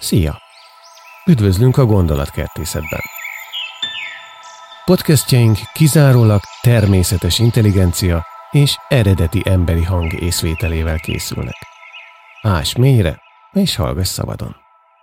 Szia! Üdvözlünk a Gondolatkertészetben. Podcastjaink kizárólag természetes intelligencia és eredeti emberi hang észvételével készülnek. Ás mélyre, és hallgass szabadon.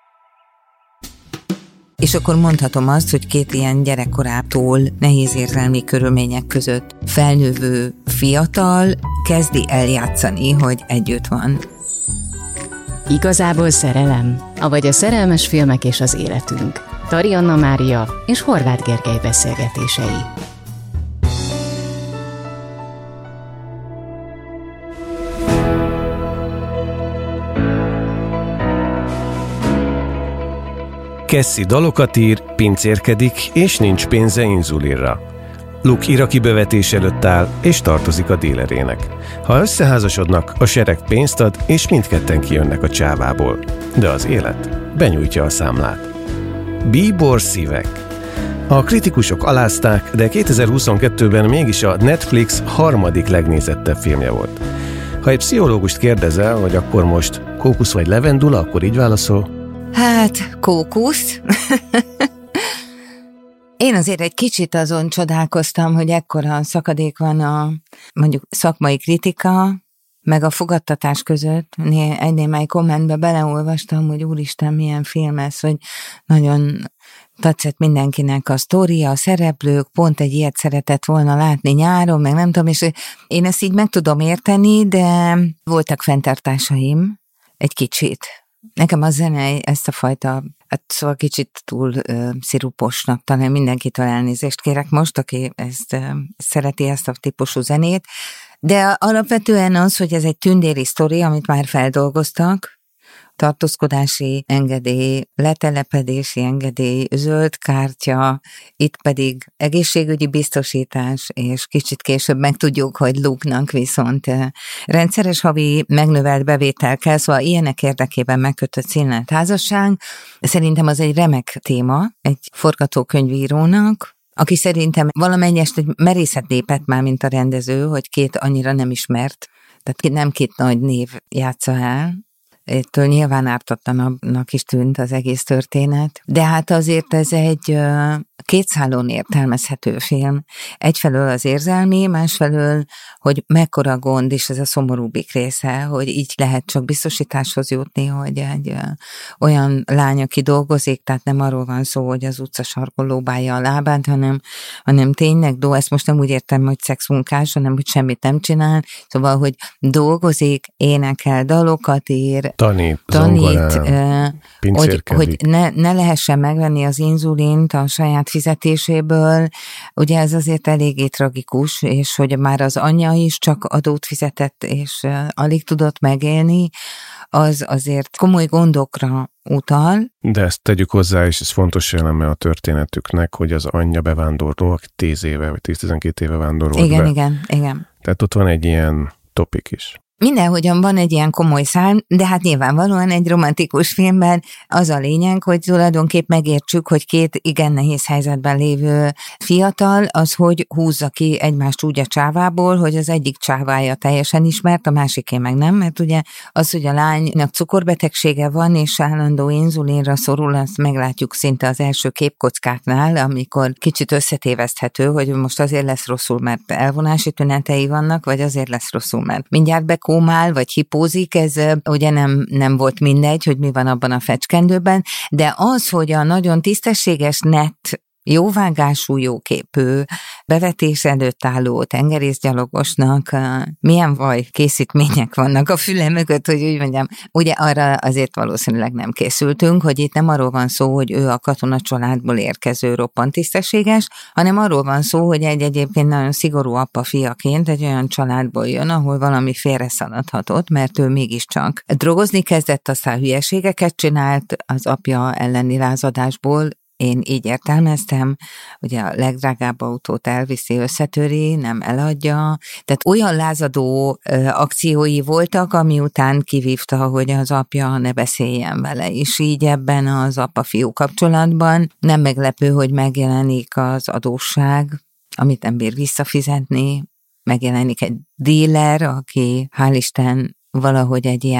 És akkor mondhatom azt, hogy két ilyen gyerekkorától nehéz érzelmi körülmények között felnővő fiatal kezdi eljátszani, hogy együtt van. Igazából szerelem, avagy a szerelmes filmek és az életünk. Tari Anna Mária és Horváth Gergely beszélgetései. Cassie dalokat ír, pincérkedik, és nincs pénze inzulinra. Luke iraki bevetés előtt áll, és tartozik a dílerének. Ha összeházasodnak, a sereg pénzt ad, és mindketten kijönnek a csávából. De az élet benyújtja a számlát. Bíbor szívek. A kritikusok alázták, de 2022-ben mégis a Netflix harmadik legnézettebb filmje volt. Ha egy pszichológust kérdezel, hogy akkor most kókusz vagy levendula, akkor így válaszol? Hát, kókusz. Én azért egy kicsit azon csodálkoztam, hogy ekkora szakadék van a mondjuk szakmai kritika, meg a fogadtatás között. Egy némely kommentbe beleolvastam, hogy úristen, milyen film ez, hogy nagyon tetszett mindenkinek a sztoria, a szereplők, pont egy ilyet szeretett volna látni nyáron, meg nem tudom, és én ezt így meg tudom érteni, de voltak fenntartásaim egy kicsit. Nekem a zene ezt a fajta, szóval kicsit túl sziruposnak, talán mindenkitől elnézést kérek most, aki szereti ezt a típusú zenét, de alapvetően az, hogy ez egy tündéri sztori, amit már feldolgoztak, tartózkodási engedély, letelepedési engedély, zöld kártya, itt pedig egészségügyi biztosítás, és kicsit később megtudjuk, hogy Luke-nak viszont rendszeres havi megnövelt bevétel kell, szóval ilyenek érdekében megkötött színlelt házasság. Szerintem az egy remek téma egy forgatókönyvírónak, aki szerintem valamennyest egy merészet lépett már, mint a rendező, hogy két annyira nem ismert, tehát nem két nagy név játsza el. Ettől nyilván ártatlanabbnak is tűnt az egész történet, de hát azért ez egy két szálon értelmezhető film. Egyfelől az érzelmi, másfelől, hogy mekkora gond, és ez a szomorúbbik része, hogy így lehet csak biztosításhoz jutni, hogy egy olyan lány, aki dolgozik, tehát nem arról van szó, hogy az utcasarkon lóbálja a lábát, hanem tényleg, ezt most nem úgy értem, hogy szexmunkás, hanem hogy semmit nem csinál, szóval, hogy dolgozik, énekel, dalokat ír, tanít, hogy ne lehessen megvenni az inzulint a saját fizetéséből, ugye ez azért eléggé tragikus, és hogy már az anyja is csak adót fizetett, és alig tudott megélni, az azért komoly gondokra utal. De ezt tegyük hozzá, és ez fontos eleme a történetüknek, hogy az anyja bevándorló, aki 10 éve, vagy 10-12 éve vándorolt be. Igen. Tehát ott van egy ilyen topik is. Mindenhogyan van egy ilyen komoly szám, de hát nyilvánvalóan egy romantikus filmben az a lényeg, hogy tulajdonképp megértsük, hogy két igen nehéz helyzetben lévő fiatal, az hogy húzza ki egymást úgy a csávából, hogy az egyik csávája teljesen ismert, a másiké meg nem, mert ugye az, hogy a lánynak cukorbetegsége van, és állandó inzulinra szorul, azt meglátjuk szinte az első képkockáknál, amikor kicsit összetéveszthető, hogy most azért lesz rosszul, mert elvonási tünetei vannak, vagy azért lesz rosszul, mert mindjárt kómál, vagy hipózik, ez ugye nem volt mindegy, hogy mi van abban a fecskendőben, de az, hogy a nagyon tisztességes, nett, jóvágású, jóképű, bevetés előtt álló tengerészgyalogosnak milyen vaj készítmények vannak a füle mögött, hogy úgy mondjam, ugye arra azért valószínűleg nem készültünk, hogy itt nem arról van szó, hogy ő a katona családból érkező roppant tisztességes, hanem arról van szó, hogy egy egyébként nagyon szigorú apa fiaként egy olyan családból jön, ahol valami félreszaladhatott, mert ő mégiscsak drogozni kezdett, aztán hülyeségeket csinált az apja elleni lázadásból. Én így értelmeztem, hogy a legdrágább autót elviszi, összetöri, nem eladja. Tehát olyan lázadó akciói voltak, ami után kivívta, hogy az apja ne beszéljen vele. És így ebben az apa-fiú kapcsolatban nem meglepő, hogy megjelenik az adósság, amit nem bír visszafizetni, megjelenik egy díler, aki hál' Isten valahogy egy ilyen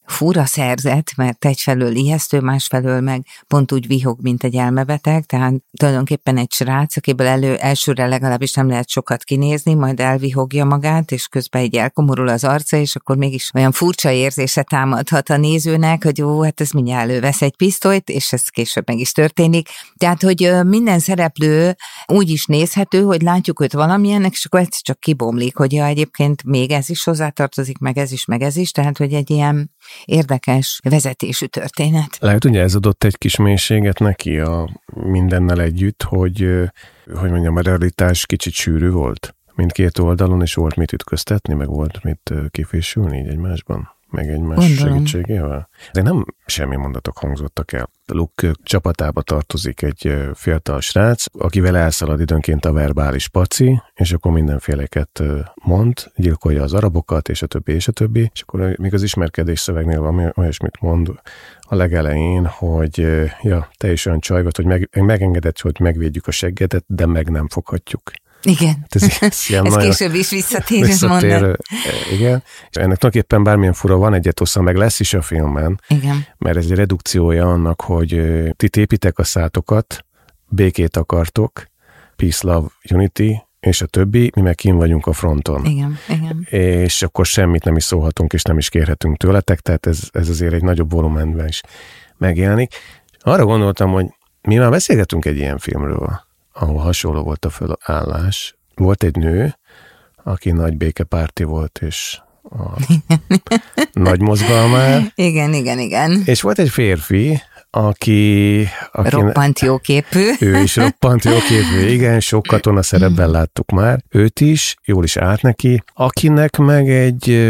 fura szerzet, mert egyfelől ijesztő, másfelől meg pont úgy vihog, mint egy elmebeteg, tehát tulajdonképpen egy srác, akiből elsőre legalábbis nem lehet sokat kinézni, majd elvihogja magát, és közben így elkomorul az arca, és akkor mégis olyan furcsa érzése támadhat a nézőnek, hogy ó, hát ez mindjárt elővesz egy pisztolyt, és ez később meg is történik. Tehát, hogy minden szereplő úgy is nézhető, hogy látjuk őt valamilyennek, és akkor egyszer csak kibomlik, hogy ja, egyébként még ez is hozzátartozik, meg ez is, tehát, hogy egy ilyen érdekes vezetésű történet. Lehet, hogy ez adott egy kis mélységet neki a mindennel együtt, hogy mondjam, a realitás kicsit sűrű volt mindkét oldalon, és volt mit ütköztetni, meg volt mit kifésülni így egymásban, meg egymás segítségével. De nem semmi mondatok hangzottak el. Luke csapatába tartozik egy fiatal srác, akivel elszalad időnként a verbális paci, és akkor mindenféleket mond, gyilkolja az arabokat, és a többi, és akkor még az ismerkedés szövegnél van olyasmit mond a legelején, hogy ja, te is olyan csaj vagy, hogy megengedett, hogy megvédjük a seggedet, de meg nem foghatjuk. Igen, ez később is visszatér. Igen, és ennek tulajdonképpen bármilyen fura van egy etosza, meg lesz is a filmen, igen. Mert ez egy redukciója annak, hogy ti tépitek a szátokat, békét akartok, peace, love, unity, és a többi, mi meg kint vagyunk a fronton. Igen. És akkor semmit nem is szólhatunk, és nem is kérhetünk tőletek, tehát ez azért egy nagyobb volumenben is megjelenik. Arra gondoltam, hogy mi már beszélgetünk egy ilyen filmről, ahol hasonló volt a felállás. Volt egy nő, aki nagy békepárti volt, és nagy mozgalmár. Igen. És volt egy férfi, aki roppant jóképű. Ő is roppant jóképű, igen, sok katona szerepben láttuk már. Őt is, jól is állt neki, akinek meg egy,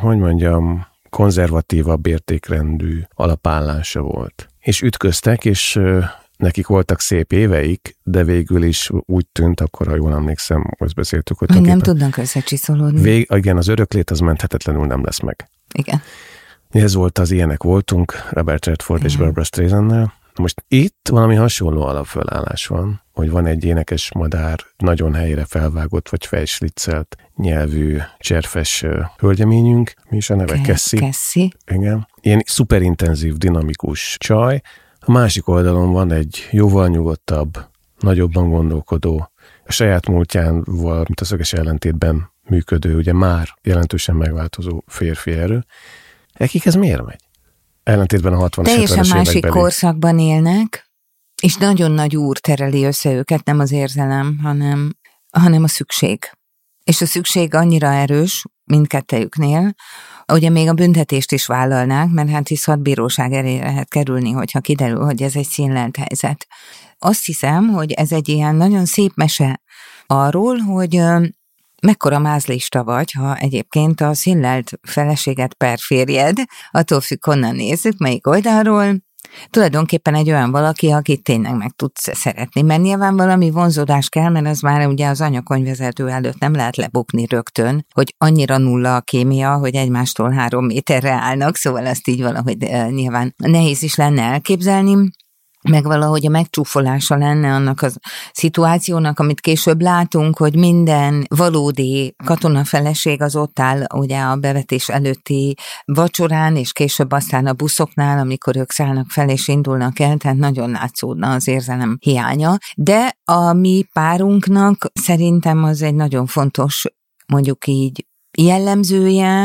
konzervatívabb értékrendű alapállása volt. És ütköztek, és nekik voltak szép éveik, de végül is úgy tűnt, akkor, ha jól emlékszem, azt beszéltük, hogy nem tudnak összecsiszolódni. Igen, az öröklét az menthetetlenül nem lesz meg. Igen. Ez volt az Ilyenek voltunk, Robert Redford és Barbara Streisandnál. Most itt valami hasonló alapfölállás van, hogy van egy énekes madár, nagyon helyre felvágott, vagy fejsliccelt nyelvű, cserfes hölgyeményünk. Mi is a neve? Cassie. Igen. Ilyen szuperintenzív, dinamikus csaj. A másik oldalon van egy jóval nyugodtabb, nagyobban gondolkodó, a saját múltjával, mint a szöges ellentétben működő, ugye már jelentősen megváltozó férfi erő. Nekik ez miért megy? Ellentétben a 60-as, 70-es évekbeli. Teljesen másik korszakban élnek, és nagyon nagy úr tereli össze őket, nem az érzelem, hanem a szükség. És a szükség annyira erős, mindkettejüknél, ugye még a büntetést is vállalnák, mert hát hisz hadbíróság elé lehet kerülni, hogyha kiderül, hogy ez egy színlelt helyzet. Azt hiszem, hogy ez egy ilyen nagyon szép mese arról, hogy mekkora mázlista vagy, ha egyébként a színlelt feleséget per férjed, attól függ, honnan nézzük, melyik oldalról, tulajdonképpen egy olyan valaki, akit tényleg meg tudsz szeretni, mert nyilván valami vonzódás kell, mert az már ugye az anyakönyvvezető előtt nem lehet lebukni rögtön, hogy annyira nulla a kémia, hogy egymástól 3 méterre állnak, szóval azt így valahogy nyilván nehéz is lenne elképzelni, meg valahogy a megcsúfolása lenne annak a szituációnak, amit később látunk, hogy minden valódi katonafeleség az ott áll ugye a bevetés előtti vacsorán, és később aztán a buszoknál, amikor ők szállnak fel és indulnak el, tehát nagyon látszódna az érzelem hiánya. De a mi párunknak szerintem az egy nagyon fontos, mondjuk így jellemzője,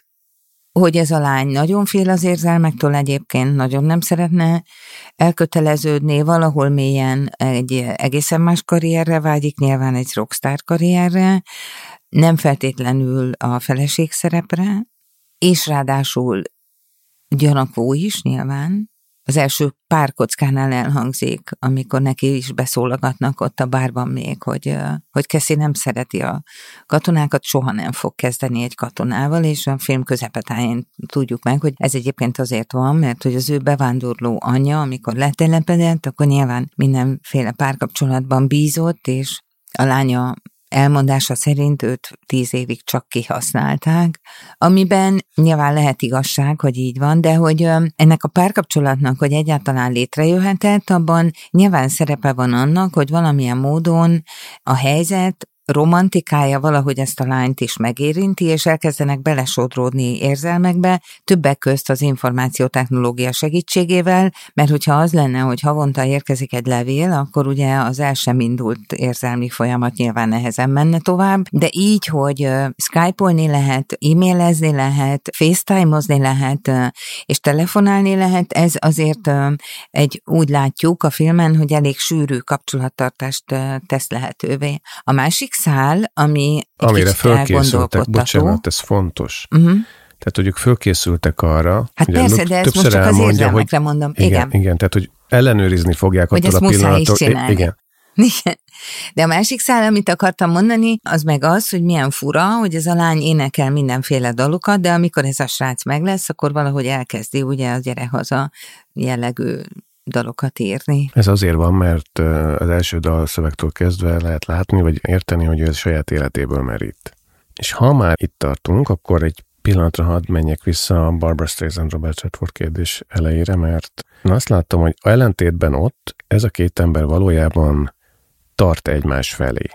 hogy ez a lány nagyon fél az érzelmektől, egyébként nagyon nem szeretne elköteleződni, valahol mélyen egy egészen más karrierre vágyik, nyilván egy rockstar karrierre, nem feltétlenül a feleség szerepre, és ráadásul gyanakvó is nyilván. Az első pár kockánál elhangzik, amikor neki is beszólogatnak ott a bárban még, hogy Cassie nem szereti a katonákat, soha nem fog kezdeni egy katonával, és a film közepetájén tudjuk meg, hogy ez egyébként azért van, mert hogy az ő bevándorló anyja, amikor letelepedett, akkor nyilván mindenféle párkapcsolatban bízott, és a lánya elmondása szerint őt 10 évig csak kihasználták, amiben nyilván lehet igazság, hogy így van, de hogy ennek a párkapcsolatnak, hogy egyáltalán létrejöhetett, abban nyilván szerepe van annak, hogy valamilyen módon a helyzet romantikája valahogy ezt a lányt is megérinti, és elkezdenek belesodródni érzelmekbe, többek közt az információtechnológia segítségével, mert hogyha az lenne, hogy havonta érkezik egy levél, akkor ugye az el sem indult érzelmi folyamat nyilván nehezen menne tovább, de így, hogy Skype-olni lehet, e-mailezni lehet, FaceTime-ozni lehet, és telefonálni lehet, ez azért úgy látjuk a filmen, hogy elég sűrű kapcsolattartást tesz lehetővé. A másik szál, amire fölkészültek, bocsánat, ez fontos. Tehát, hogy ők fölkészültek arra, hát ugye persze, de ezt most csak az érzelmekre mondom. Igen, tehát, hogy ellenőrizni fogják hogy attól a pillanattól. Igen. De a másik szál, amit akartam mondani, az meg az, hogy milyen fura, hogy ez a lány énekel mindenféle dalokat, de amikor ez a srác meg lesz, akkor valahogy elkezdi ugye a gyere haza jellegű dalokat írni. Ez azért van, mert az első dalszövegtől kezdve lehet látni, vagy érteni, hogy ő saját életéből merít. És ha már itt tartunk, akkor egy pillanatra hadd menjek vissza a Barbra Streisand Robert Redford kérdés elejére, mert én azt láttam, hogy ellentétben ott ez a két ember valójában tart egymás felé.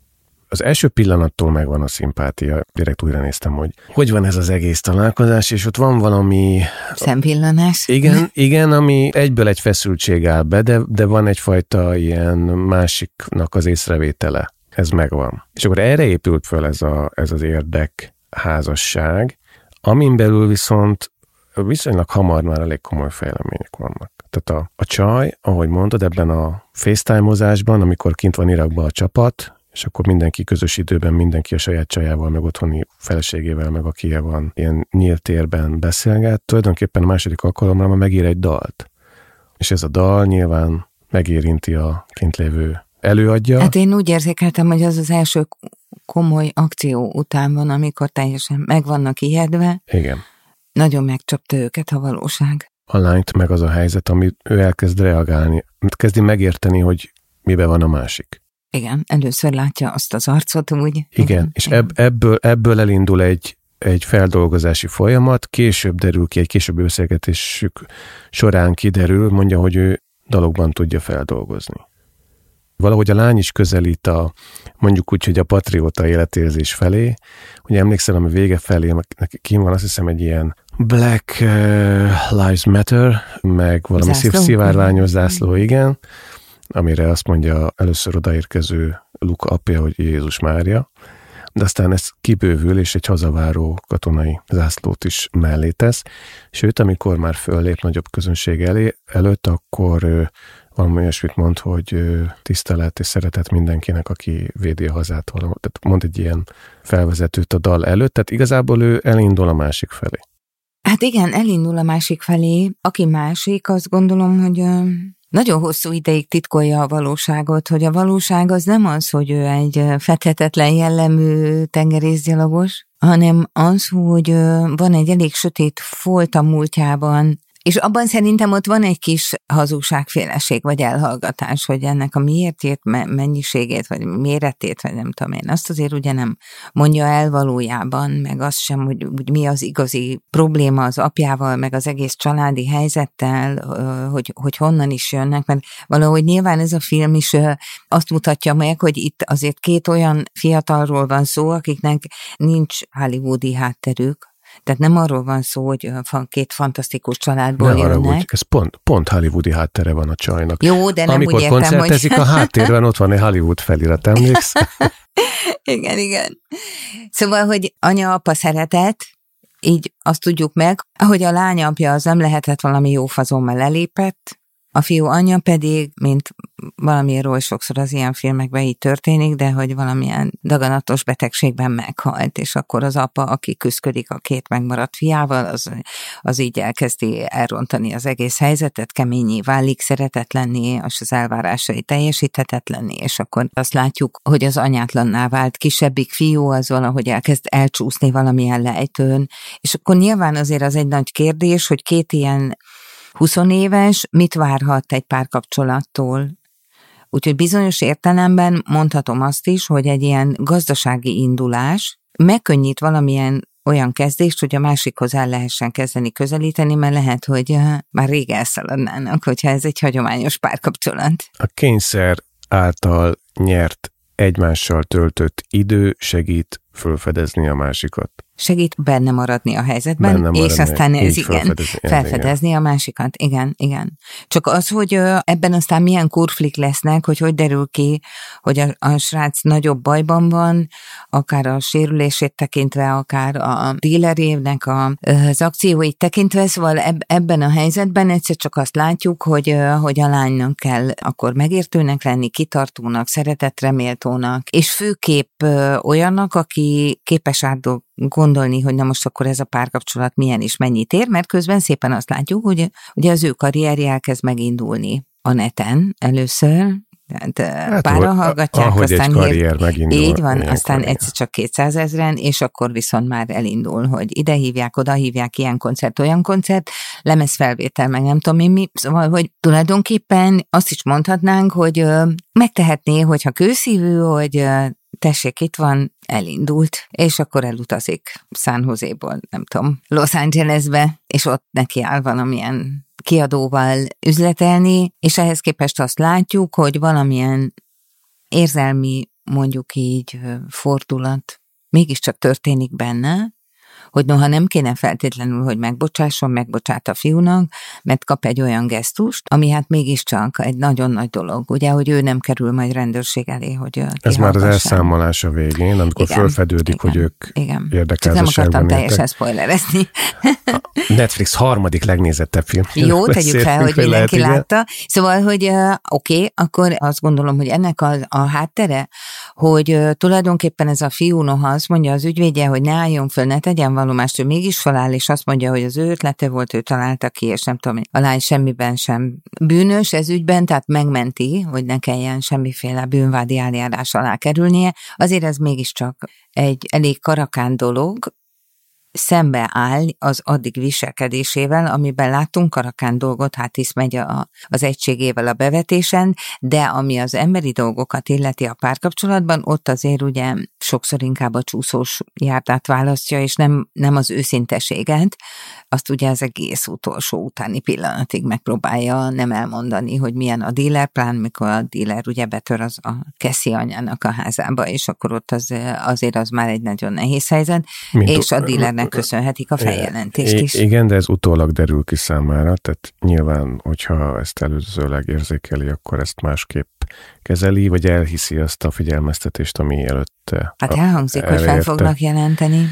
Az első pillanattól megvan a szimpátia. Direkt újra néztem, hogy van ez az egész találkozás, és ott van valami... Szempillanás. Igen, ami egyből egy feszültség áll be, de van egyfajta ilyen másiknak az észrevétele. Ez megvan. És akkor erre épült föl ez az érdek házasság, amin belül viszont viszonylag hamar már elég komoly fejlemények vannak. Tehát a csaj, ahogy mondod, ebben a FaceTime-ozásban, amikor kint van Irakban a csapat, és akkor mindenki közös időben, mindenki a saját csajával, meg otthoni feleségével, meg akivel van, ilyen nyílt térben beszélget, tulajdonképpen a második alkalomra már megír egy dalt. És ez a dal nyilván megérinti a kint lévő előadja. Hát én úgy érzékeltem, hogy az első komoly akció után van, amikor teljesen meg vannak ijedve. Igen. Nagyon megcsapta őket a valóság. A lányt meg az a helyzet, amit ő elkezd reagálni, kezdi megérteni, hogy miben van a másik. Igen, először látja azt az arcot úgy. Igen, és ebből elindul egy feldolgozási folyamat, később derül ki, egy később beszélgetésük során kiderül, mondja, hogy ő dalokban tudja feldolgozni. Valahogy a lány is közelít mondjuk úgy, hogy a patrióta életérzés felé. Ugye emlékszel, ami vége felé, kim van azt hiszem egy ilyen Black Lives Matter, meg valami szivárványos zászló, igen, amire azt mondja először odaérkező Luke apja, hogy Jézus Mária, de aztán ez kibővül, és egy hazaváró katonai zászlót is mellé tesz, sőt, amikor már föllép nagyobb közönség előtt, akkor valami olyasmit mond, hogy tisztelet és szeretet mindenkinek, aki védi a hazát. Tehát mond egy ilyen felvezetőt a dal előtt, tehát igazából ő elindul a másik felé. Hát igen, elindul a másik felé. Aki másik, azt gondolom, hogy nagyon hosszú ideig titkolja a valóságot, hogy a valóság az nem az, hogy ő egy fethetetlen jellemű tengerészgyalogos, hanem az, hogy van egy elég sötét folt a múltjában, és abban szerintem ott van egy kis hazugságféleség, vagy elhallgatás, hogy ennek a miértét, mennyiségét, vagy méretét, vagy nem tudom én, azt azért ugye nem mondja el valójában, meg azt sem, hogy mi az igazi probléma az apjával, meg az egész családi helyzettel, hogy honnan is jönnek, mert valahogy nyilván ez a film is azt mutatja meg, hogy itt azért két olyan fiatalról van szó, akiknek nincs hollywoodi hátterük. Tehát nem arról van szó, hogy két fantasztikus családból jönnek. Ez pont hollywoodi háttere van a csajnak. Jó, de nem amikor úgy értem, koncertezik, a háttérben ott van egy Hollywood felirat, emléksz? Igen. Szóval, hogy anya-apa szeretet, így azt tudjuk meg, ahogy a lány apja az nem lehetett valami jó fazonmal lelépett, a fiú anyja pedig, mint valamiért oly sokszor az ilyen filmekben így történik, de hogy valamilyen daganatos betegségben meghalt, és akkor az apa, aki küszködik a két megmaradt fiával, az így elkezdi elrontani az egész helyzetet, keményé válik, szeretetlenné, és az elvárásai teljesíthetetlenné, és akkor azt látjuk, hogy az anyátlanná vált kisebbik fiú, az valahogy elkezd elcsúszni valamilyen lejtőn, és akkor nyilván azért az egy nagy kérdés, hogy két ilyen 20 éves mit várhat egy párkapcsolattól. Úgyhogy bizonyos értelemben mondhatom azt is, hogy egy ilyen gazdasági indulás megkönnyít valamilyen olyan kezdést, hogy a másikhoz el lehessen kezdeni közelíteni, mert lehet, hogy már rég elszaladnának, hogyha ez egy hagyományos párkapcsolat. A kényszer által nyert egymással töltött idő segít fölfedezni a másikat. Segít benne maradni a helyzetben, és aztán ez felfedezni a másikat. Igen. Csak az, hogy ebben aztán milyen kurflik lesznek, hogy derül ki, hogy a srác nagyobb bajban van, akár a sérülését tekintve, akár a dílerének az akcióit tekintve, szóval ebben a helyzetben egyszer csak azt látjuk, hogy a lánynak kell akkor megértőnek lenni, kitartónak, szeretetre méltónak, és főképp olyannak, aki képes gondolni, hogy na most akkor ez a párkapcsolat milyen és mennyit ér, mert közben szépen azt látjuk, hogy ugye az ő karrierje elkezd megindulni a neten először, tehát páran hallgatják, ahogy aztán egy karrier megindul. Így van, aztán egyszer csak 200 000-en, és akkor viszont már elindul, hogy ide hívják, oda hívják, ilyen koncert, olyan koncert, lemezfelvétel, meg nem tudom én mi. Szóval, hogy tulajdonképpen azt is mondhatnánk, hogy megtehetné, hogyha kőszívű, hogy tessék, itt van, elindult, és akkor elutazik San Joséból, nem tudom, Los Angelesbe, és ott neki áll valamilyen kiadóval üzletelni, és ehhez képest azt látjuk, hogy valamilyen érzelmi, mondjuk így, fordulat mégiscsak történik benne, hogy noha nem kéne feltétlenül, hogy megbocsát a fiúnak, mert kap egy olyan gesztust, ami hát mégiscsak egy nagyon nagy dolog, ugye, hogy ő nem kerül majd rendőrség elé, hogy ez már az elszámolás a végén, amikor fölfedődik, hogy ők érdekeltességben nem akartam teljesen spoilerezni. Netflix harmadik legnézettebb film. Jó, tegyük fel, hogy mindenki látta. Szóval, hogy oké, akkor azt gondolom, hogy ennek a háttere, hogy tulajdonképpen ez a fiú, noha azt mondja az ügyvédje, hogy ne álljon föl, ne tegyen vallomást, ő mégis feláll, és azt mondja, hogy az ő ötlete volt, ő találta ki, és nem tudom, a lány semmiben sem bűnös ez ügyben, tehát megmenti, hogy ne kelljen semmiféle bűnvádi eljárás alá kerülnie. Azért ez mégiscsak egy elég karakán dolog, szembe áll az addig viselkedésével, amiben láttunk karakán dolgot, hát hisz megy az egységével a bevetésen, de ami az emberi dolgokat illeti a párkapcsolatban, ott azért ugye sokszor inkább a csúszós járdát választja, és nem az őszinteséget, azt ugye az egész utolsó utáni pillanatig megpróbálja nem elmondani, hogy milyen a dílerplán, mikor a díler ugye betör az a Cassie anyának a házába, és akkor ott azért az már egy nagyon nehéz helyzet, és a dílernek köszönhetik a feljelentést is. Igen, de ez utólag derül ki számára, tehát nyilván, hogyha ezt előzőleg érzékeli, akkor ezt másképp kezeli, vagy elhiszi azt a figyelmeztetést, ami előtte hát elhangzik, hogy fel fognak jelenteni.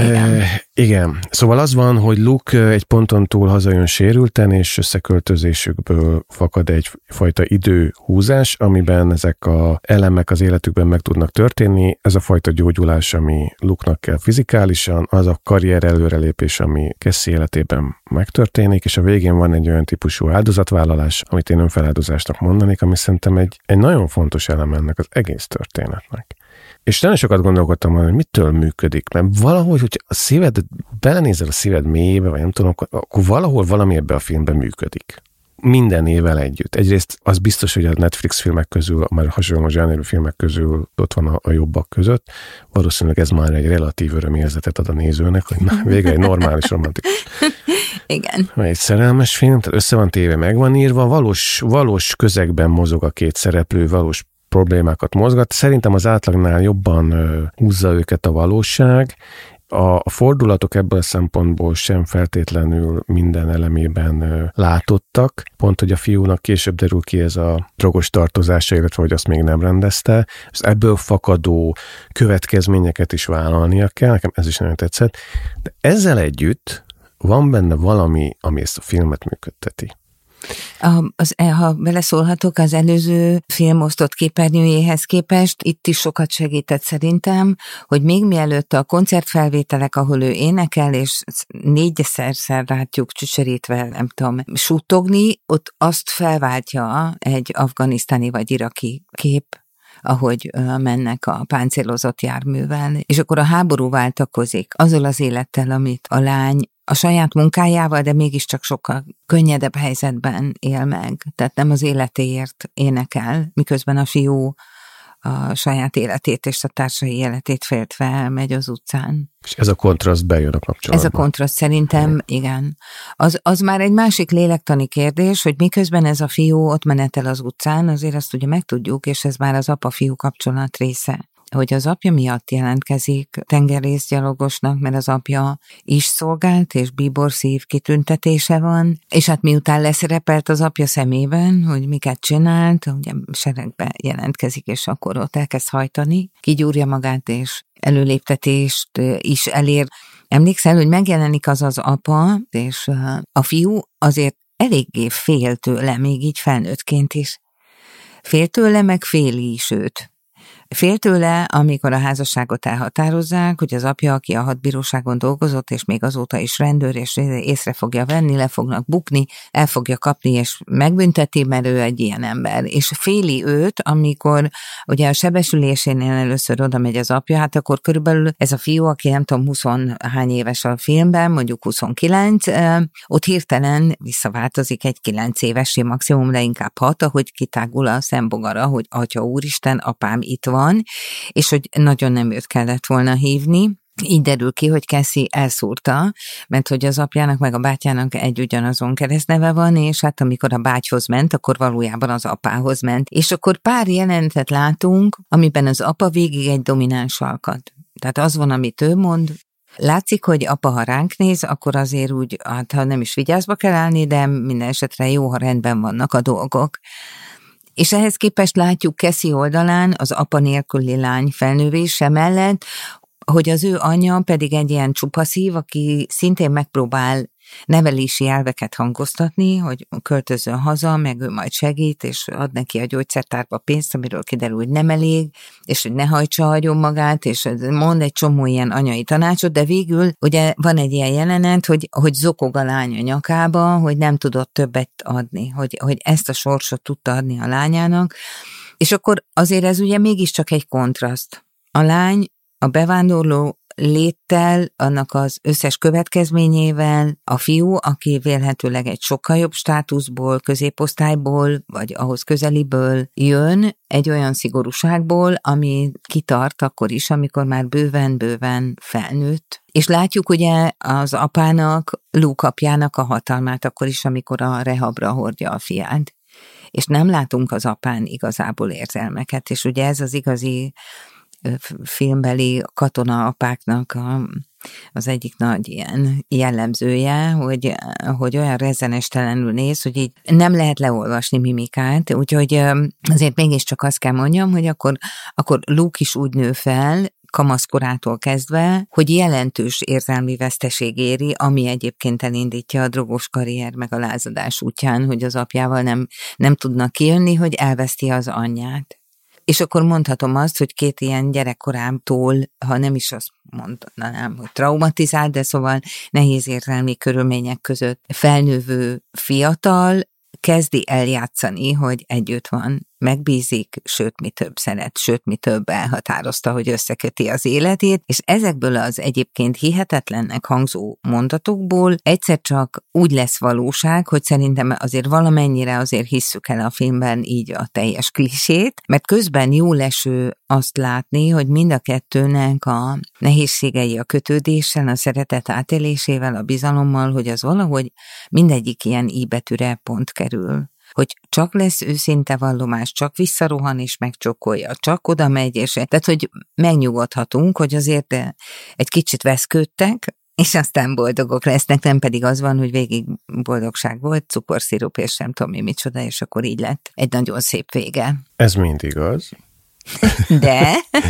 Igen. Szóval az van, hogy Luke egy ponton túl hazajön sérülten, és összeköltözésükből fakad egyfajta időhúzás, amiben ezek az elemek az életükben meg tudnak történni. Ez a fajta gyógyulás, ami Luke-nak kell fizikálisan, az a karrier előrelépés, ami Cassie életében megtörténik, és a végén van egy olyan típusú áldozatvállalás, amit én önfeláldozásnak mondanék, ami szerintem egy nagyon fontos elem ennek az egész történetnek. És nagyon sokat gondolkodtam, hogy mitől működik, mert valahogy, hogy a szíved, belenézel a szíved mélyébe, vagy nem tudom, akkor valahol valami ebbe a filmben működik. Minden évvel együtt. Egyrészt az biztos, hogy a Netflix filmek közül, már hasonló zsánerű filmek közül ott van a jobbak között. Valószínűleg ez már egy relatív örömérzetet ad a nézőnek, hogy na, végre egy normális romantikus. Igen. Egy szerelmes film, tehát össze van téve, meg van írva, valós közegben mozog a két szereplő, valós problémákat mozgat. Szerintem az átlagnál jobban húzza őket a valóság. A fordulatok ebből a szempontból sem feltétlenül minden elemében látottak. Pont, hogy a fiúnak később derül ki ez a drogos tartozása, illetve hogy azt még nem rendezte. És ebből fakadó következményeket is vállalnia kell. Nekem ez is nagyon tetszett. De ezzel együtt van benne valami, ami ezt a filmet működteti. Ha beleszólhatok, az előző film osztott képernyőjéhez képest, itt is sokat segített szerintem, hogy még mielőtt a koncertfelvételek, ahol ő énekel, és 4-szer látjuk csücsörítve, nem tudom, suttogni, ott azt felváltja egy afganisztáni vagy iraki kép, ahogy mennek a páncélozott járművel, és akkor a háború váltakozik azzal az élettel, amit a lány a saját munkájával, de mégiscsak sokkal könnyedebb helyzetben él meg. Tehát nem az életéért énekel, miközben a fiú a saját életét és a társai életét féltve megy az utcán. És ez a kontraszt bejön a kapcsolatba. Ez a kontraszt szerintem, igen. Az már egy másik lélektani kérdés, hogy miközben ez a fiú ott menetel az utcán, azért azt ugye megtudjuk, és ez már az apa-fiú kapcsolat része, hogy az apja miatt jelentkezik tengerészgyalogosnak, mert az apja is szolgált, és bíborszív kitüntetése van, és hát miután leszerepelt az apja szemében, hogy miket csinált, ugye seregbe jelentkezik, és akkor ott elkezd hajtani, kigyúrja magát, és előléptetést is elér. Emlékszel, hogy megjelenik az apa, és a fiú azért eléggé fél tőle, még így felnőttként is. Fél tőle, meg féli is őt. Fél tőle, amikor a házasságot elhatározzák, hogy az apja, aki a hadbíróságon dolgozott, és még azóta is rendőr, és észre fogja venni, le fognak bukni, el fogja kapni, és megbünteti, mert ő egy ilyen ember. És féli őt, amikor ugye a sebesülésénél először oda megy az apja, hát akkor körülbelül ez a fiú, aki nem tudom 20 hány éves a filmben, mondjuk 29, ott hirtelen visszaváltozik egy 9 évesé maximum, de inkább 6, ahogy kitágul a szembogara, hogy atya úristen, apám itt van, és hogy nagyon nem őt kellett volna hívni. Így derül ki, hogy Cassie elszúrta, mert hogy az apjának meg a bátyjának egy ugyanazon keresztneve van, és hát amikor a bátyhoz ment, akkor valójában az apához ment. És akkor pár jelenetet látunk, amiben az apa végig egy domináns alkat. Tehát az van, amit ő mond. Látszik, hogy apa, ha ránk néz, akkor azért úgy, hát ha nem is vigyázba kell állni, de minden esetre jó, ha rendben vannak a dolgok. És ehhez képest látjuk Cassie oldalán az apa nélküli lány felnővése mellett, hogy az ő anyja pedig egy ilyen csupaszív, aki szintén megpróbál nevelési elveket hangoztatni, hogy költözön haza, meg ő majd segít, és ad neki a gyógyszertárba pénzt, amiről kiderül, hogy nem elég, és hogy ne hajtsa agyon magát, és mond egy csomó ilyen anyai tanácsot, de végül ugye van egy ilyen jelenet, hogy zokog a lány a nyakába, hogy nem tudott többet adni, hogy ezt a sorsot tudta adni a lányának, és akkor azért ez ugye mégiscsak egy kontraszt. A lány a bevándorló léttel, annak az összes következményével, a fiú, aki vélhetőleg egy sokkal jobb státuszból, középosztályból, vagy ahhoz közeliből jön, egy olyan szigorúságból, ami kitart akkor is, amikor már bőven felnőtt. És látjuk ugye az apának, Luke apjának a hatalmát akkor is, amikor a rehabra hordja a fiát. És nem látunk az apán igazából érzelmeket, és ugye ez az igazi filmbeli katona-apáknak az egyik nagy ilyen jellemzője, hogy olyan rezzenestelenül néz, hogy így nem lehet leolvasni mimikát, úgyhogy azért mégiscsak azt kell mondjam, hogy akkor Luke is úgy nő fel, kamaszkorától kezdve, hogy jelentős érzelmi veszteség éri, ami egyébként elindítja a drogos karrier meg a lázadás útján, hogy az apjával nem tudnak kijönni, hogy elveszti az anyját. És akkor mondhatom azt, hogy két ilyen gyerekkorámtól, ha nem is azt mondanám, hogy traumatizált, de szóval nehéz érzelmi körülmények között felnővő fiatal kezdi eljátszani, hogy együtt van, megbízik, sőt, mi több szeret, sőt, mi több elhatározta, hogy összeköti az életét, és ezekből az egyébként hihetetlennek hangzó mondatokból egyszer csak úgy lesz valóság, hogy szerintem azért valamennyire azért hisszük el a filmben így a teljes klisét, mert közben jó leső azt látni, hogy mind a kettőnek a nehézségei a kötődéssel, a szeretet átélésével, a bizalommal, hogy az valahogy mindegyik ilyen i betűre pont kerül. Hogy csak lesz őszinte vallomás, csak visszarohan és megcsokkolja, csak oda megy, és tehát, hogy megnyugodhatunk, hogy azért egy kicsit veszködtek, és aztán boldogok lesznek, nem pedig az van, hogy végig boldogság volt, cukorszirup, és nem tudom mi micsoda, és akkor így lett egy nagyon szép vége. Ez mind igaz. De?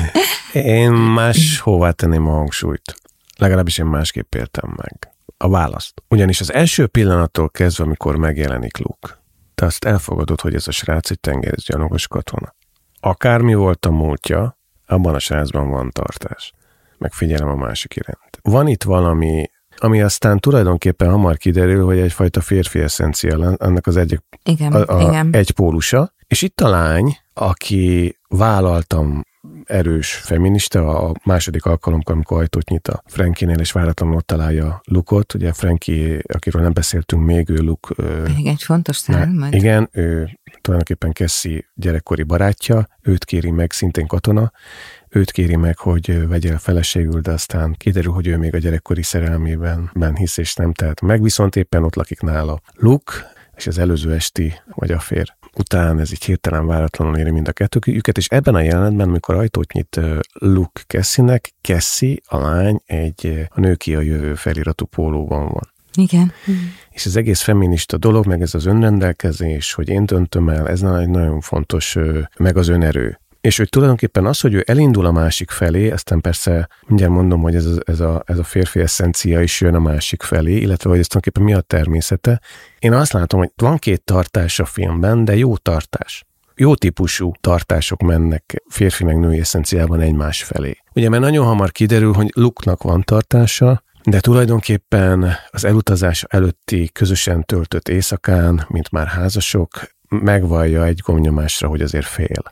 Én máshová tenném a hangsúlyt. Legalábbis én másképp éltem meg a választ. Ugyanis az első pillanattól kezdve, amikor megjelenik Luke, te azt elfogadod, hogy ez a srác egy tengerészgyalogos katona. Akármi volt a múltja, abban a srácban van tartás. Megfigyelem a másik iránt. Van itt valami, ami aztán tulajdonképpen hamar kiderül, hogy egyfajta férfi eszencia, annak az igen. egy pólusa. És itt a lány, aki vállaltam erős feminista, a második alkalomkor, amikor ajtót nyit a Frankie-nél, és váratlanul ott találja Luke-ot. Ugye Frankie, akiről nem beszéltünk még, ő Luke... Pedig egy fontos szál, majd. Igen, ő tulajdonképpen Cassie gyerekkori barátja, őt kéri meg, szintén katona, őt kéri meg, hogy vegye feleségül, de aztán kiderül, hogy ő még a gyerekkori szerelmében hisz, és nem tehet meg, viszont éppen ott lakik nála Luke, és az előző esti vagy affér után ez így hirtelen váratlanul éri mind a kettőjüket, és ebben a jelenetben, amikor ajtót nyit Luke Cassie-nek, Cassie, a lány, a nő ki a jövő feliratú pólóban van. Igen. És az egész feminista dolog, meg ez az önrendelkezés, hogy én döntöm el, ez egy nagyon fontos, meg az önerő. És hogy tulajdonképpen az, hogy ő elindul a másik felé, aztán persze mindjárt mondom, hogy ez a férfi eszencia is jön a másik felé, illetve hogy ez tulajdonképpen mi a természete. Én azt látom, hogy van 2 tartás a filmben, de jó tartás. Jó típusú tartások mennek férfi meg női eszenciában egymás felé. Ugye, mert nagyon hamar kiderül, hogy Luke-nak van tartása, de tulajdonképpen az elutazás előtti közösen töltött éjszakán, mint már házasok, megvallja egy gomnyomásra, hogy azért fél.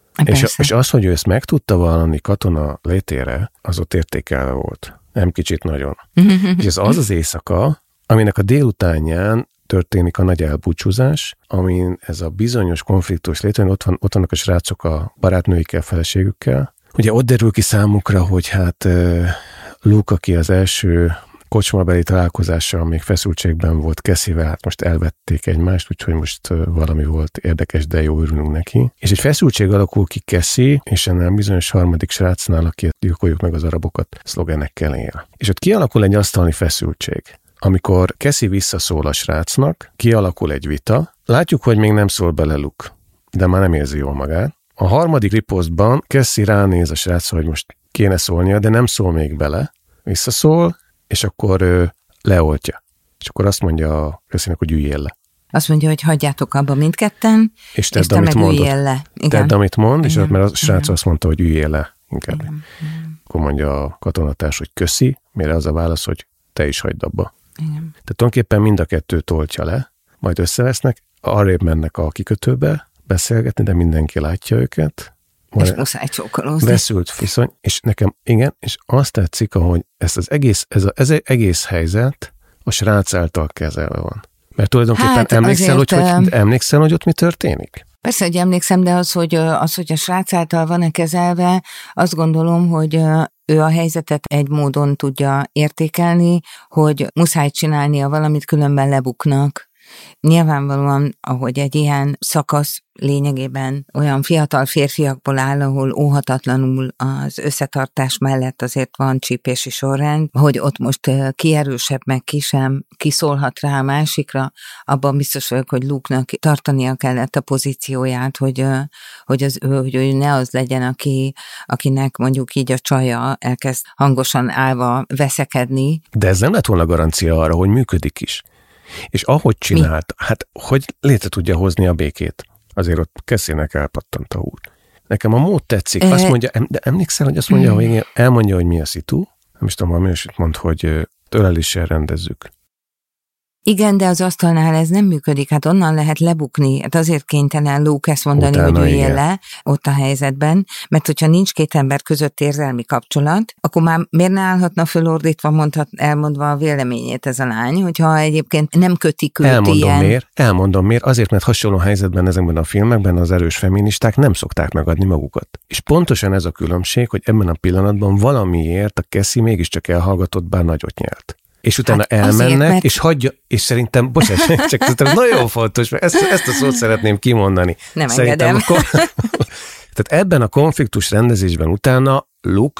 És az, hogy ő ezt meg tudta vallani katona létére, az ott értékelve volt. Nem kicsit nagyon. És ez az éjszaka, aminek a délutánján történik a nagy elbúcsúzás, amin ez a bizonyos konfliktus létrejön, ott vannak a srácok a barátnőikkel, feleségükkel. Ugye ott derül ki számukra, hogy hát Luke, aki az első kocsmabeli találkozással még feszültségben volt Cassie-vel, hát most elvették egymást, úgyhogy most valami volt érdekes, de jó, örülünk neki. És egy feszültség alakul ki Cassie, és ennél bizonyos harmadik srácnál, aki gyilkoljuk meg az arabokat szlogenekkel él. És ott kialakul egy asztalni feszültség. Amikor Cassie visszaszól a srácnak, kialakul egy vita, látjuk, hogy még nem szól bele Luke, de már nem érzi jól magát. A harmadik riposztban Cassie ránéz a srácra, hogy most kéne szólnia, de nem szól még bele, visszaszól, és akkor leoltja. És akkor azt mondja a Cassie-nek, hogy üljél le. Azt mondja, hogy hagyjátok abba mindketten, és te meg üljél le. Tedd, amit mond, és mert a srác azt mondta, hogy üljél le inkább. Igen. Akkor mondja a katonatárs, hogy köszi, mire az a válasz, hogy te is hagyd abba. Igen. Tehát tulajdonképpen mind a kettő toltja le, majd összevesznek, arrébb mennek a kikötőbe beszélgetni, de mindenki látja őket. És muszáj csókolózni. Beszült viszony, és nekem igen, és azt tetszik, hogy ez egész helyzet a srác által kezelve van. Mert tulajdonképpen emlékszel, hogy ott mi történik? Persze, hogy emlékszem, de az, hogy a srác által van-e kezelve, azt gondolom, hogy ő a helyzetet egy módon tudja értékelni, hogy muszáj csinálnia valamit, különben lebuknak. Nyilvánvalóan, ahogy egy ilyen szakasz lényegében olyan fiatal férfiakból áll, ahol óhatatlanul az összetartás mellett azért van csípési sorrend, hogy ott most ki erősebb, meg ki sem, kiszólhat rá a másikra, abban biztos vagyok, hogy Luke-nak tartania kellett a pozícióját, hogy ő ne az legyen, akinek mondjuk így a csaja elkezd hangosan állva veszekedni. De ez nem lett volna garancia arra, hogy működik is. És ahogy csinált, hát hogy létre tudja hozni a békét. Azért ott Cassie-nek elpattant a húr. Nekem a mód tetszik. Azt mondja, de emlékszel, hogy azt mondja, hogy elmondja, hogy mi a szitu? Nem is tudom, valami olyasmit mond, hogy öleléssel rendezzük. Igen, de az asztalnál ez nem működik, hát onnan lehet lebukni, hát azért kénytelen Luke ezt mondani, utána, hogy üljél le ott a helyzetben, mert hogyha nincs 2 ember között érzelmi kapcsolat, akkor már miért ne állhatna fölordítva, elmondva a véleményét ez a lány, hogyha egyébként nem kötik őt ilyen. Elmondom miért, azért, mert hasonló helyzetben ezekben a filmekben az erős feministák nem szokták megadni magukat. És pontosan ez a különbség, hogy ebben a pillanatban valamiért a Cassie mégiscsak elhallgatott, bár nagyot nyelt. És utána elmennek, azért, és hagyja, és szerintem, bocsáss, csak szerintem nagyon fontos, mert ezt a szót szeretném kimondani. Nem engedem. Tehát ebben a konfliktus rendezésben utána Luke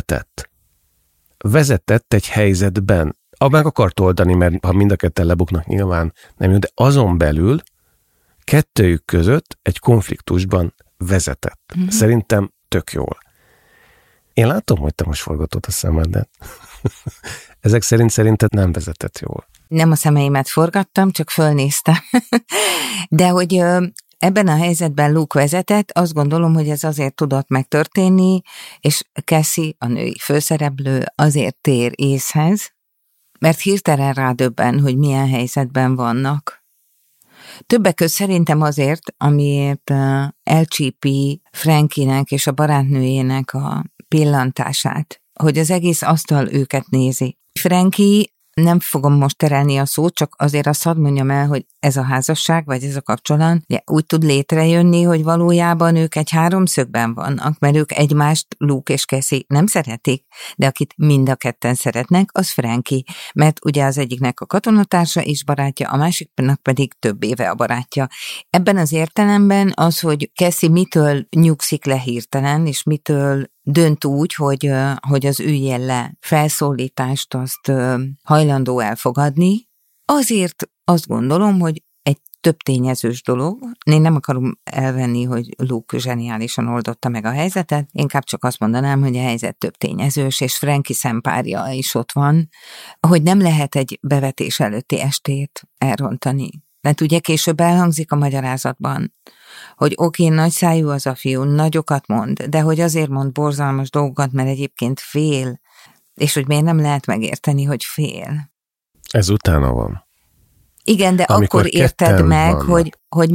vezetett egy helyzetben. Meg akart oldani, mert ha mind a ketten lebuknak, nyilván nem jó, de azon belül kettőjük között egy konfliktusban vezetett. Mm-hmm. Szerintem tök jól. Én látom, hogy te most forgatod a szemedet. Ezek szerint szerinted nem vezetett jól. Nem a szemeimet forgattam, csak fölnéztem. De hogy ebben a helyzetben Luke vezetett, azt gondolom, hogy ez azért tudott megtörténni, és Cassie, a női főszereplő azért tér észhez, mert hirtelen rádöbben, hogy milyen helyzetben vannak. Többek között szerintem azért, amiért elcsípi Frankie-nek és a barátnőjének a pillantását, hogy az egész asztal őket nézi. Frankie, nem fogom most terelni a szót, csak azért azt hadd mondjam el, hogy ez a házasság, vagy ez a kapcsolat úgy tud létrejönni, hogy valójában ők egy háromszögben vannak, mert ők egymást, Luke és Cassie nem szeretik, de akit mind a ketten szeretnek, az Frankie, mert ugye az egyiknek a katonatársa és barátja, a másiknak pedig több éve a barátja. Ebben az értelemben az, hogy Cassie mitől nyugszik le hirtelen, és mitől dönt úgy, hogy az üljél le felszólítást azt hajlandó elfogadni, azért azt gondolom, hogy egy több tényezős dolog. Én nem akarom elvenni, hogy Luke zseniálisan oldotta meg a helyzetet, inkább csak azt mondanám, hogy a helyzet több tényezős, és Frankie szempárja is ott van, hogy nem lehet egy bevetés előtti estét elrontani. Mert ugye később elhangzik a magyarázatban, hogy oké, nagyszájú az a fiú, nagyokat mond, de hogy azért mond borzalmas dolgokat, mert egyébként fél, és hogy miért nem lehet megérteni, hogy fél. Ez utána van. Igen, de amikor akkor érted meg, vannak.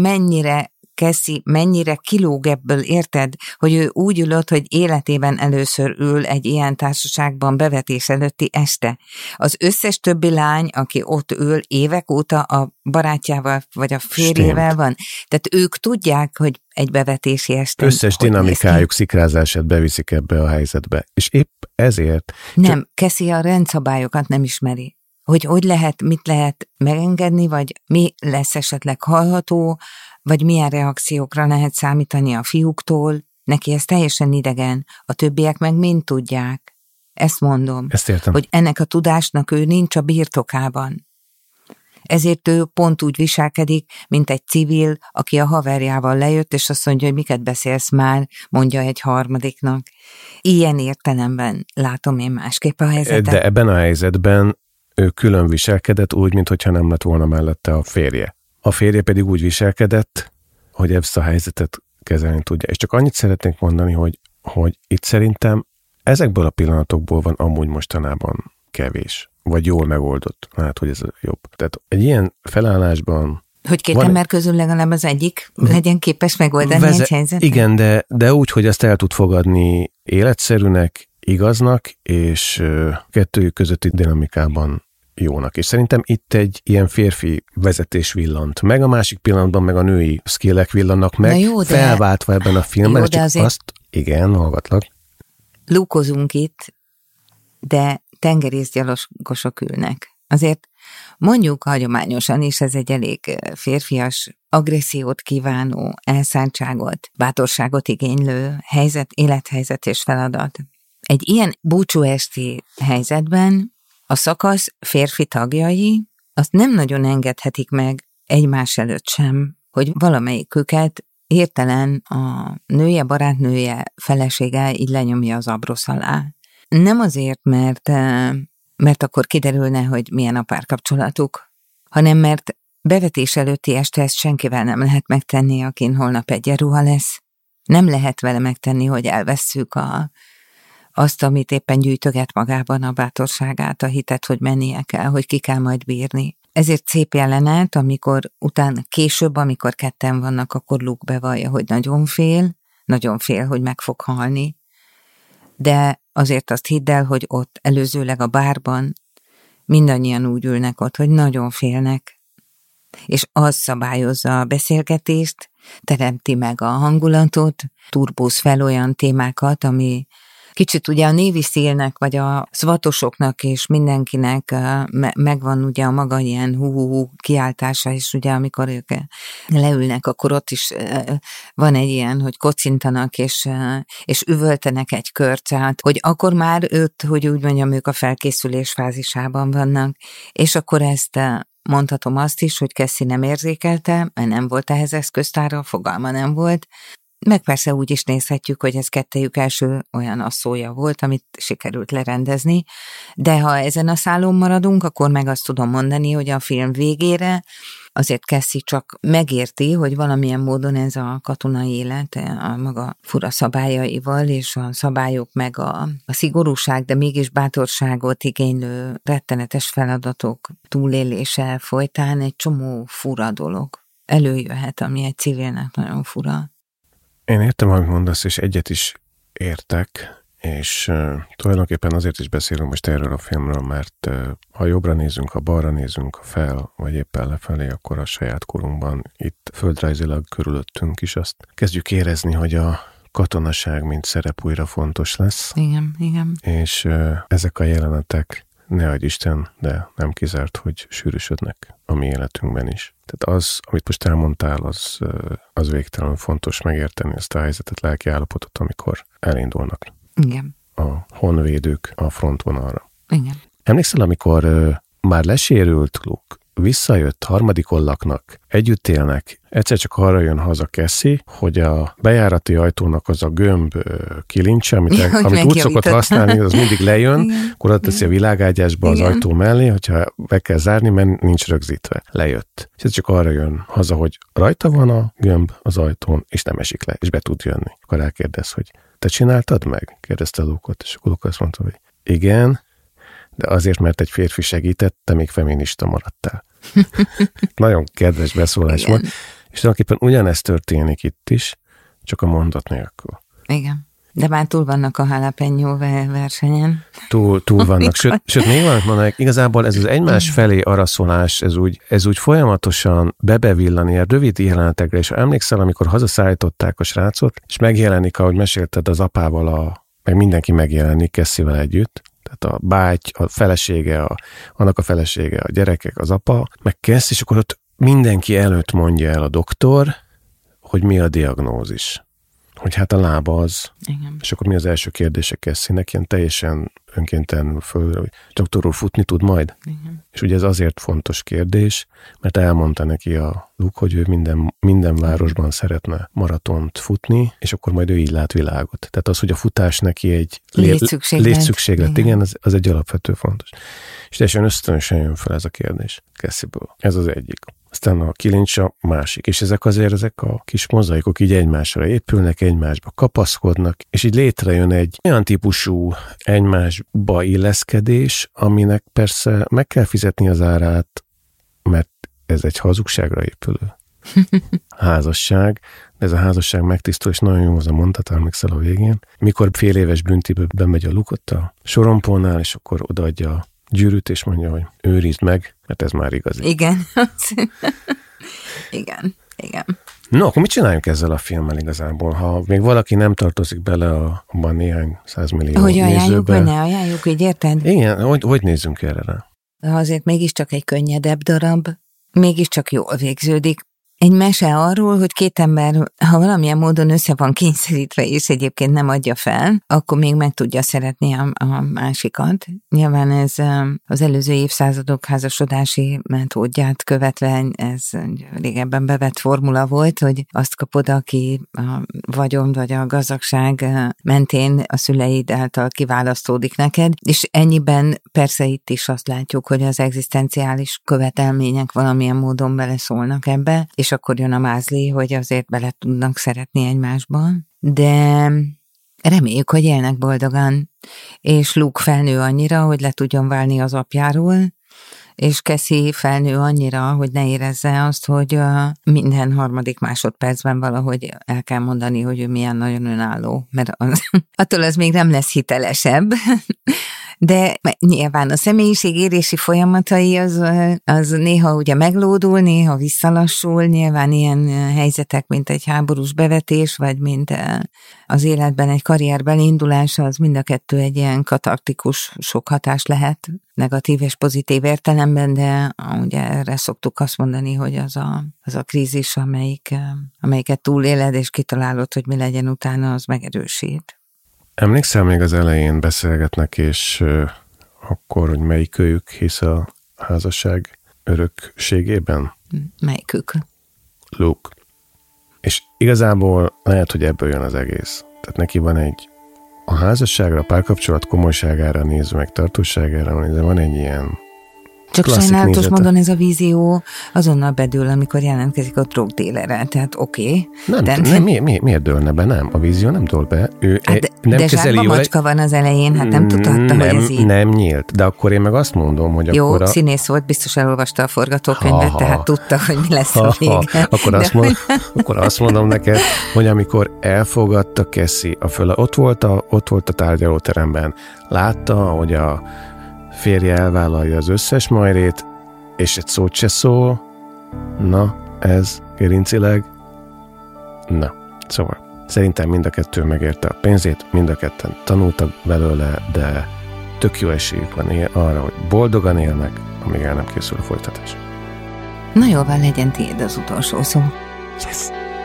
hogy mennyire kilóg ebből, érted? Hogy ő úgy ülött, hogy életében először ül egy ilyen társaságban bevetés előtti este. Az összes többi lány, aki ott ül évek óta a barátjával vagy a férjével van. Tehát ők tudják, hogy egy bevetési este. Összes dinamikájuk, szikrázását beviszik ebbe a helyzetbe. És épp ezért... Nem, Cassie a rendszabályokat nem ismeri. Hogy lehet, mit lehet megengedni, vagy mi lesz esetleg hallható, vagy milyen reakciókra lehet számítani a fiúktól. Neki ez teljesen idegen, a többiek meg mind tudják. Ezt mondom, ezt értem. Hogy ennek a tudásnak ő nincs a birtokában. Ezért ő pont úgy viselkedik, mint egy civil, aki a haverjával lejött, és azt mondja, hogy miket beszélsz már, mondja egy harmadiknak. Ilyen értelemben látom én másképp a helyzetet. De ebben a helyzetben ő külön viselkedett úgy, mintha nem lett volna mellette a férje. A férje pedig úgy viselkedett, hogy ezt a helyzetet kezelni tudja. És csak annyit szeretnék mondani, hogy itt szerintem ezekből a pillanatokból van amúgy mostanában kevés. Vagy jól megoldott. Hát, hogy ez jobb. Tehát egy ilyen felállásban... Hogy két ember közül legalább az egyik legyen képes megoldani egy helyzetet? Igen, de úgy, hogy ezt el tud fogadni életszerűnek, igaznak, és kettőjük közötti dinamikában jónak. És szerintem itt egy ilyen férfi vezetés villant meg, a másik pillanatban meg a női skillek villannak meg, jó, felváltva ebben a filmben, csak azért... azt, igen, hallgatlak. Lúkozunk itt, de tengerészgyalogosok ülnek. Azért mondjuk hagyományosan is ez egy elég férfias, agressziót kívánó, elszántságot, bátorságot igénylő helyzet, élethelyzet és feladat. Egy ilyen búcsúesti helyzetben a szakasz férfi tagjai azt nem nagyon engedhetik meg egymás előtt sem, hogy valamelyiküket hirtelen a nője, barátnője, felesége így lenyomja az abrosz alá. Nem azért, mert akkor kiderülne, hogy milyen a párkapcsolatuk, hanem mert bevetés előtti este ezt senkivel nem lehet megtenni, akin holnap egyenruha lesz. Nem lehet vele megtenni, hogy elvesszük azt, amit éppen gyűjtöget magában, a bátorságát, a hitet, hogy mennie kell, hogy ki kell majd bírni. Ezért szép jelenet, amikor utána később, amikor ketten vannak, akkor Luke bevallja, hogy nagyon fél, hogy meg fog halni. De azért azt hidd el, hogy ott előzőleg a bárban mindannyian úgy ülnek ott, hogy nagyon félnek. És az szabályozza a beszélgetést, teremti meg a hangulatot, turbóz fel olyan témákat, ami kicsit ugye a Navy Seal-nek, vagy a szvatosoknak és mindenkinek megvan ugye a maga ilyen hú kiáltása, és ugye amikor ők leülnek, akkor ott is van egy ilyen, hogy kocintanak és üvöltenek egy kört, tehát, hogy akkor már hogy úgy mondjam, ők a felkészülés fázisában vannak, és akkor ezt mondhatom azt is, hogy Cassie nem érzékelte, mert nem volt ehhez eszköztára, fogalma nem volt. Meg persze úgy is nézhetjük, hogy ez kettejük első olyan asszója volt, amit sikerült lerendezni, de ha ezen a szálon maradunk, akkor meg azt tudom mondani, hogy a film végére azért Cassie csak megérti, hogy valamilyen módon ez a katonai élet a maga fura szabályaival, és a szabályok meg a szigorúság, de mégis bátorságot igénylő rettenetes feladatok túlélése folytán egy csomó fura dolog előjöhet, ami egy civilnek nagyon fura. Én értem, amit mondasz, és egyet is értek, és tulajdonképpen azért is beszélünk most erről a filmről, mert ha jobbra nézünk, ha balra nézünk, ha fel, vagy éppen lefelé, akkor a saját korunkban, itt földrajzilag körülöttünk is azt kezdjük érezni, hogy a katonaság, mint szerep újra fontos lesz. Igen. És ezek a jelenetek, ne adj Isten, de nem kizárt, hogy sűrűsödnek a mi életünkben is. Tehát az, amit most elmondtál, az végtelenül fontos megérteni ezt a helyzetet, lelki állapotot, amikor elindulnak. Igen. A honvédők a frontvonalra. Igen. Emlékszel, amikor már lesérült Luke, visszajött, harmadikon laknak, együtt élnek, egyszer csak arra jön haza Cassie, hogy a bejárati ajtónak az a gömb kilincse, amit úgy szokott használni, az mindig lejön, igen, akkor oda teszi a világágyásba az ajtó mellé, hogyha be kell zárni, mert nincs rögzítve. Lejött. És ez csak arra jön haza, hogy rajta van a gömb az ajtón, és nem esik le, és be tud jönni. Akkor rákérdez, hogy te csináltad meg? Kérdezte Luke-ot, és akkor Luke azt mondta, hogy igen, de azért, mert egy férfi segített, te még feminista maradtál. Nagyon kedves beszólás volt. És tulajdonképpen ugyanezt történik itt is, csak a mondat nélkül. Igen. De már túl vannak a jalapeno versenyen. Túl vannak. Sőt, még valamit mondanék, igazából ez az egymás felé araszolás, ez úgy folyamatosan bebevillani ilyen rövid jelenetekre, és emlékszel, amikor hazaszállították a srácot, és megjelenik, ahogy mesélted az apával, meg mindenki megjelenik Cassie-vel együtt, tehát a báty, a felesége, annak a felesége, a gyerekek, az apa, meg Cassie, és akkor ott mindenki előtt mondja el a doktor, hogy mi a diagnózis. Hogy hát a lába az. Igen. És akkor mi az első kérdése Cassie-nek, ilyen teljesen önkéntelenül föl, hogy doktor úr futni tud majd? Igen. És ugye ez azért fontos kérdés, mert elmondta neki a Luke, hogy ő minden városban szeretne maratont futni, és akkor majd ő így lát világot. Tehát az, hogy a futás neki egy létszükséglet, igen, az egy alapvető fontos. És teljesen ösztönösen jön fel ez a kérdés Cassie-ből. Ez az egyik. Aztán a kilincs a másik. És ezek a kis mozaikok így egymásra épülnek, egymásba kapaszkodnak, és így létrejön egy olyan típusú egymásba illeszkedés, aminek persze meg kell fizetni az árát, mert ez egy hazugságra épülő házasság, de ez a házasság megtisztul, és nagyon jó az a mondat, emlékszel a végén. Mikor fél éves büntibe bemegy a Luke ott a sorompónál, és akkor odaadja a gyűrűt, és mondja, hogy őrizd meg, mert ez már igazi. Igen. Igen. No, akkor mit csináljunk ezzel a filmmel igazából? Ha még valaki nem tartozik bele abban néhány 100 millió hogy nézőbe. Hogy ajánljuk, vagy ne ajánljuk, így érted? Igen, hogy nézzünk erre rá? Azért mégiscsak egy könnyedebb darab, mégiscsak jól végződik. Egy mese arról, hogy két ember, ha valamilyen módon össze van kényszerítve, és egyébként nem adja fel, akkor még meg tudja szeretni a másikat. Nyilván ez az előző évszázadok házasodási metódját követve, ez régebben bevett formula volt, hogy azt kapod, aki a vagyon vagy a gazdagság mentén a szüleid által kiválasztódik neked, és ennyiben persze itt is azt látjuk, hogy az egzisztenciális követelmények valamilyen módon beleszólnak ebbe, és akkor jön a mázli, hogy azért bele tudnak szeretni egymásba, de reméljük, hogy élnek boldogan, és Luke felnő annyira, hogy le tudjon válni az apjáról, és Cassie felnő annyira, hogy ne érezze azt, hogy minden harmadik másodpercben valahogy el kell mondani, hogy ő milyen nagyon önálló, mert attól az még nem lesz hitelesebb. De nyilván a személyiségérési folyamatai az néha ugye meglódul, néha visszalassul, nyilván ilyen helyzetek, mint egy háborús bevetés, vagy mint az életben egy karrier belindulása, az mind a kettő egy ilyen katartikus sok hatás lehet, negatív és pozitív értelemben, de ugye erre szoktuk azt mondani, hogy az a krízis, amelyiket túléled, és kitalálod, hogy mi legyen utána, az megerősít. Emlékszel, még az elején beszélgetnek, és akkor, hogy melyikőjük hisz a házasság örökségében? Melyikük? Luke. És igazából lehet, hogy ebből jön az egész. Tehát neki van a házasságra, a párkapcsolat komolyságára nézve, meg tartóságára nézve, van egy ilyen Csak sajnálatos módon ez a vízió azonnal bedől, amikor jelentkezik a drogdílerrel, tehát oké. Nem, miért dőlne be? Nem, a vízió nem dől be. Ő nem de kezeli zsárba macska van az elején, hát nem tudhatta, hogy ez így. Nem nyílt, de akkor én meg azt mondom, hogy jó, akkor színész volt, biztos elolvasta a forgatókönyvet, tehát tudta, hogy mi lesz a vége. Akkor azt mondom neked, hogy amikor elfogadta Cassie ott volt a tárgyalóteremben, látta, hogy a férje elvállalja az összes majrét, és egy szót se szól. Na, ez gerincileg. Na, szóval szerintem mind a kettő megérte a pénzét, mind a ketten tanultak belőle, de tök jó esélyük van arra, hogy boldogan élnek, amíg el nem készül a folytatás. Na jól van, legyen tiéd az utolsó szó. Yes!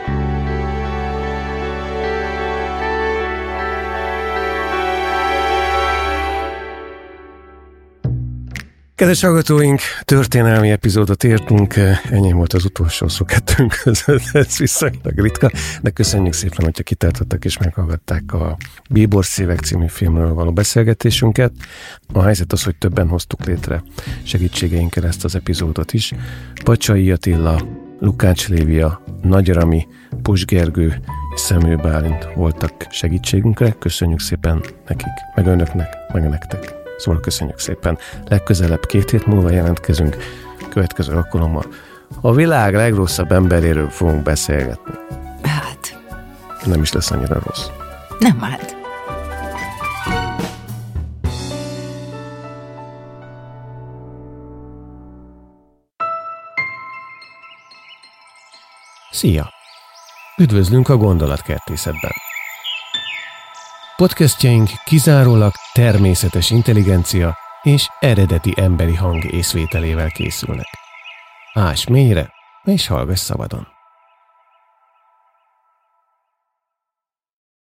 Kedves hallgatóink, történelmi epizódot értünk, ennyi volt az utolsó szó kettőnk között, ez viszonylag ritka, de köszönjük szépen, hogyha kitartottak és meghallgatták a Bíbor Szívek című filmről való beszélgetésünket. A helyzet az, hogy többen hoztuk létre segítségeinkkel ezt az epizódot is. Pacsai Attila, Lukács Lévia, Nagy Rami, Pus Gergő és Szemő Bálint voltak segítségünkre. Köszönjük szépen nekik, meg önöknek, meg nektek. Szóval köszönjük szépen. Legközelebb 2 hét múlva jelentkezünk. Következő alkalommal a világ legrosszabb emberéről fogunk beszélgetni. Hát. Nem is lesz annyira rossz. Nem hát. Szia! Üdvözlünk a Gondolatkertészetben. Podcastjaink kizárólag természetes intelligencia és eredeti emberi hang észvételével készülnek. Ás mélyre, és hallgass szabadon!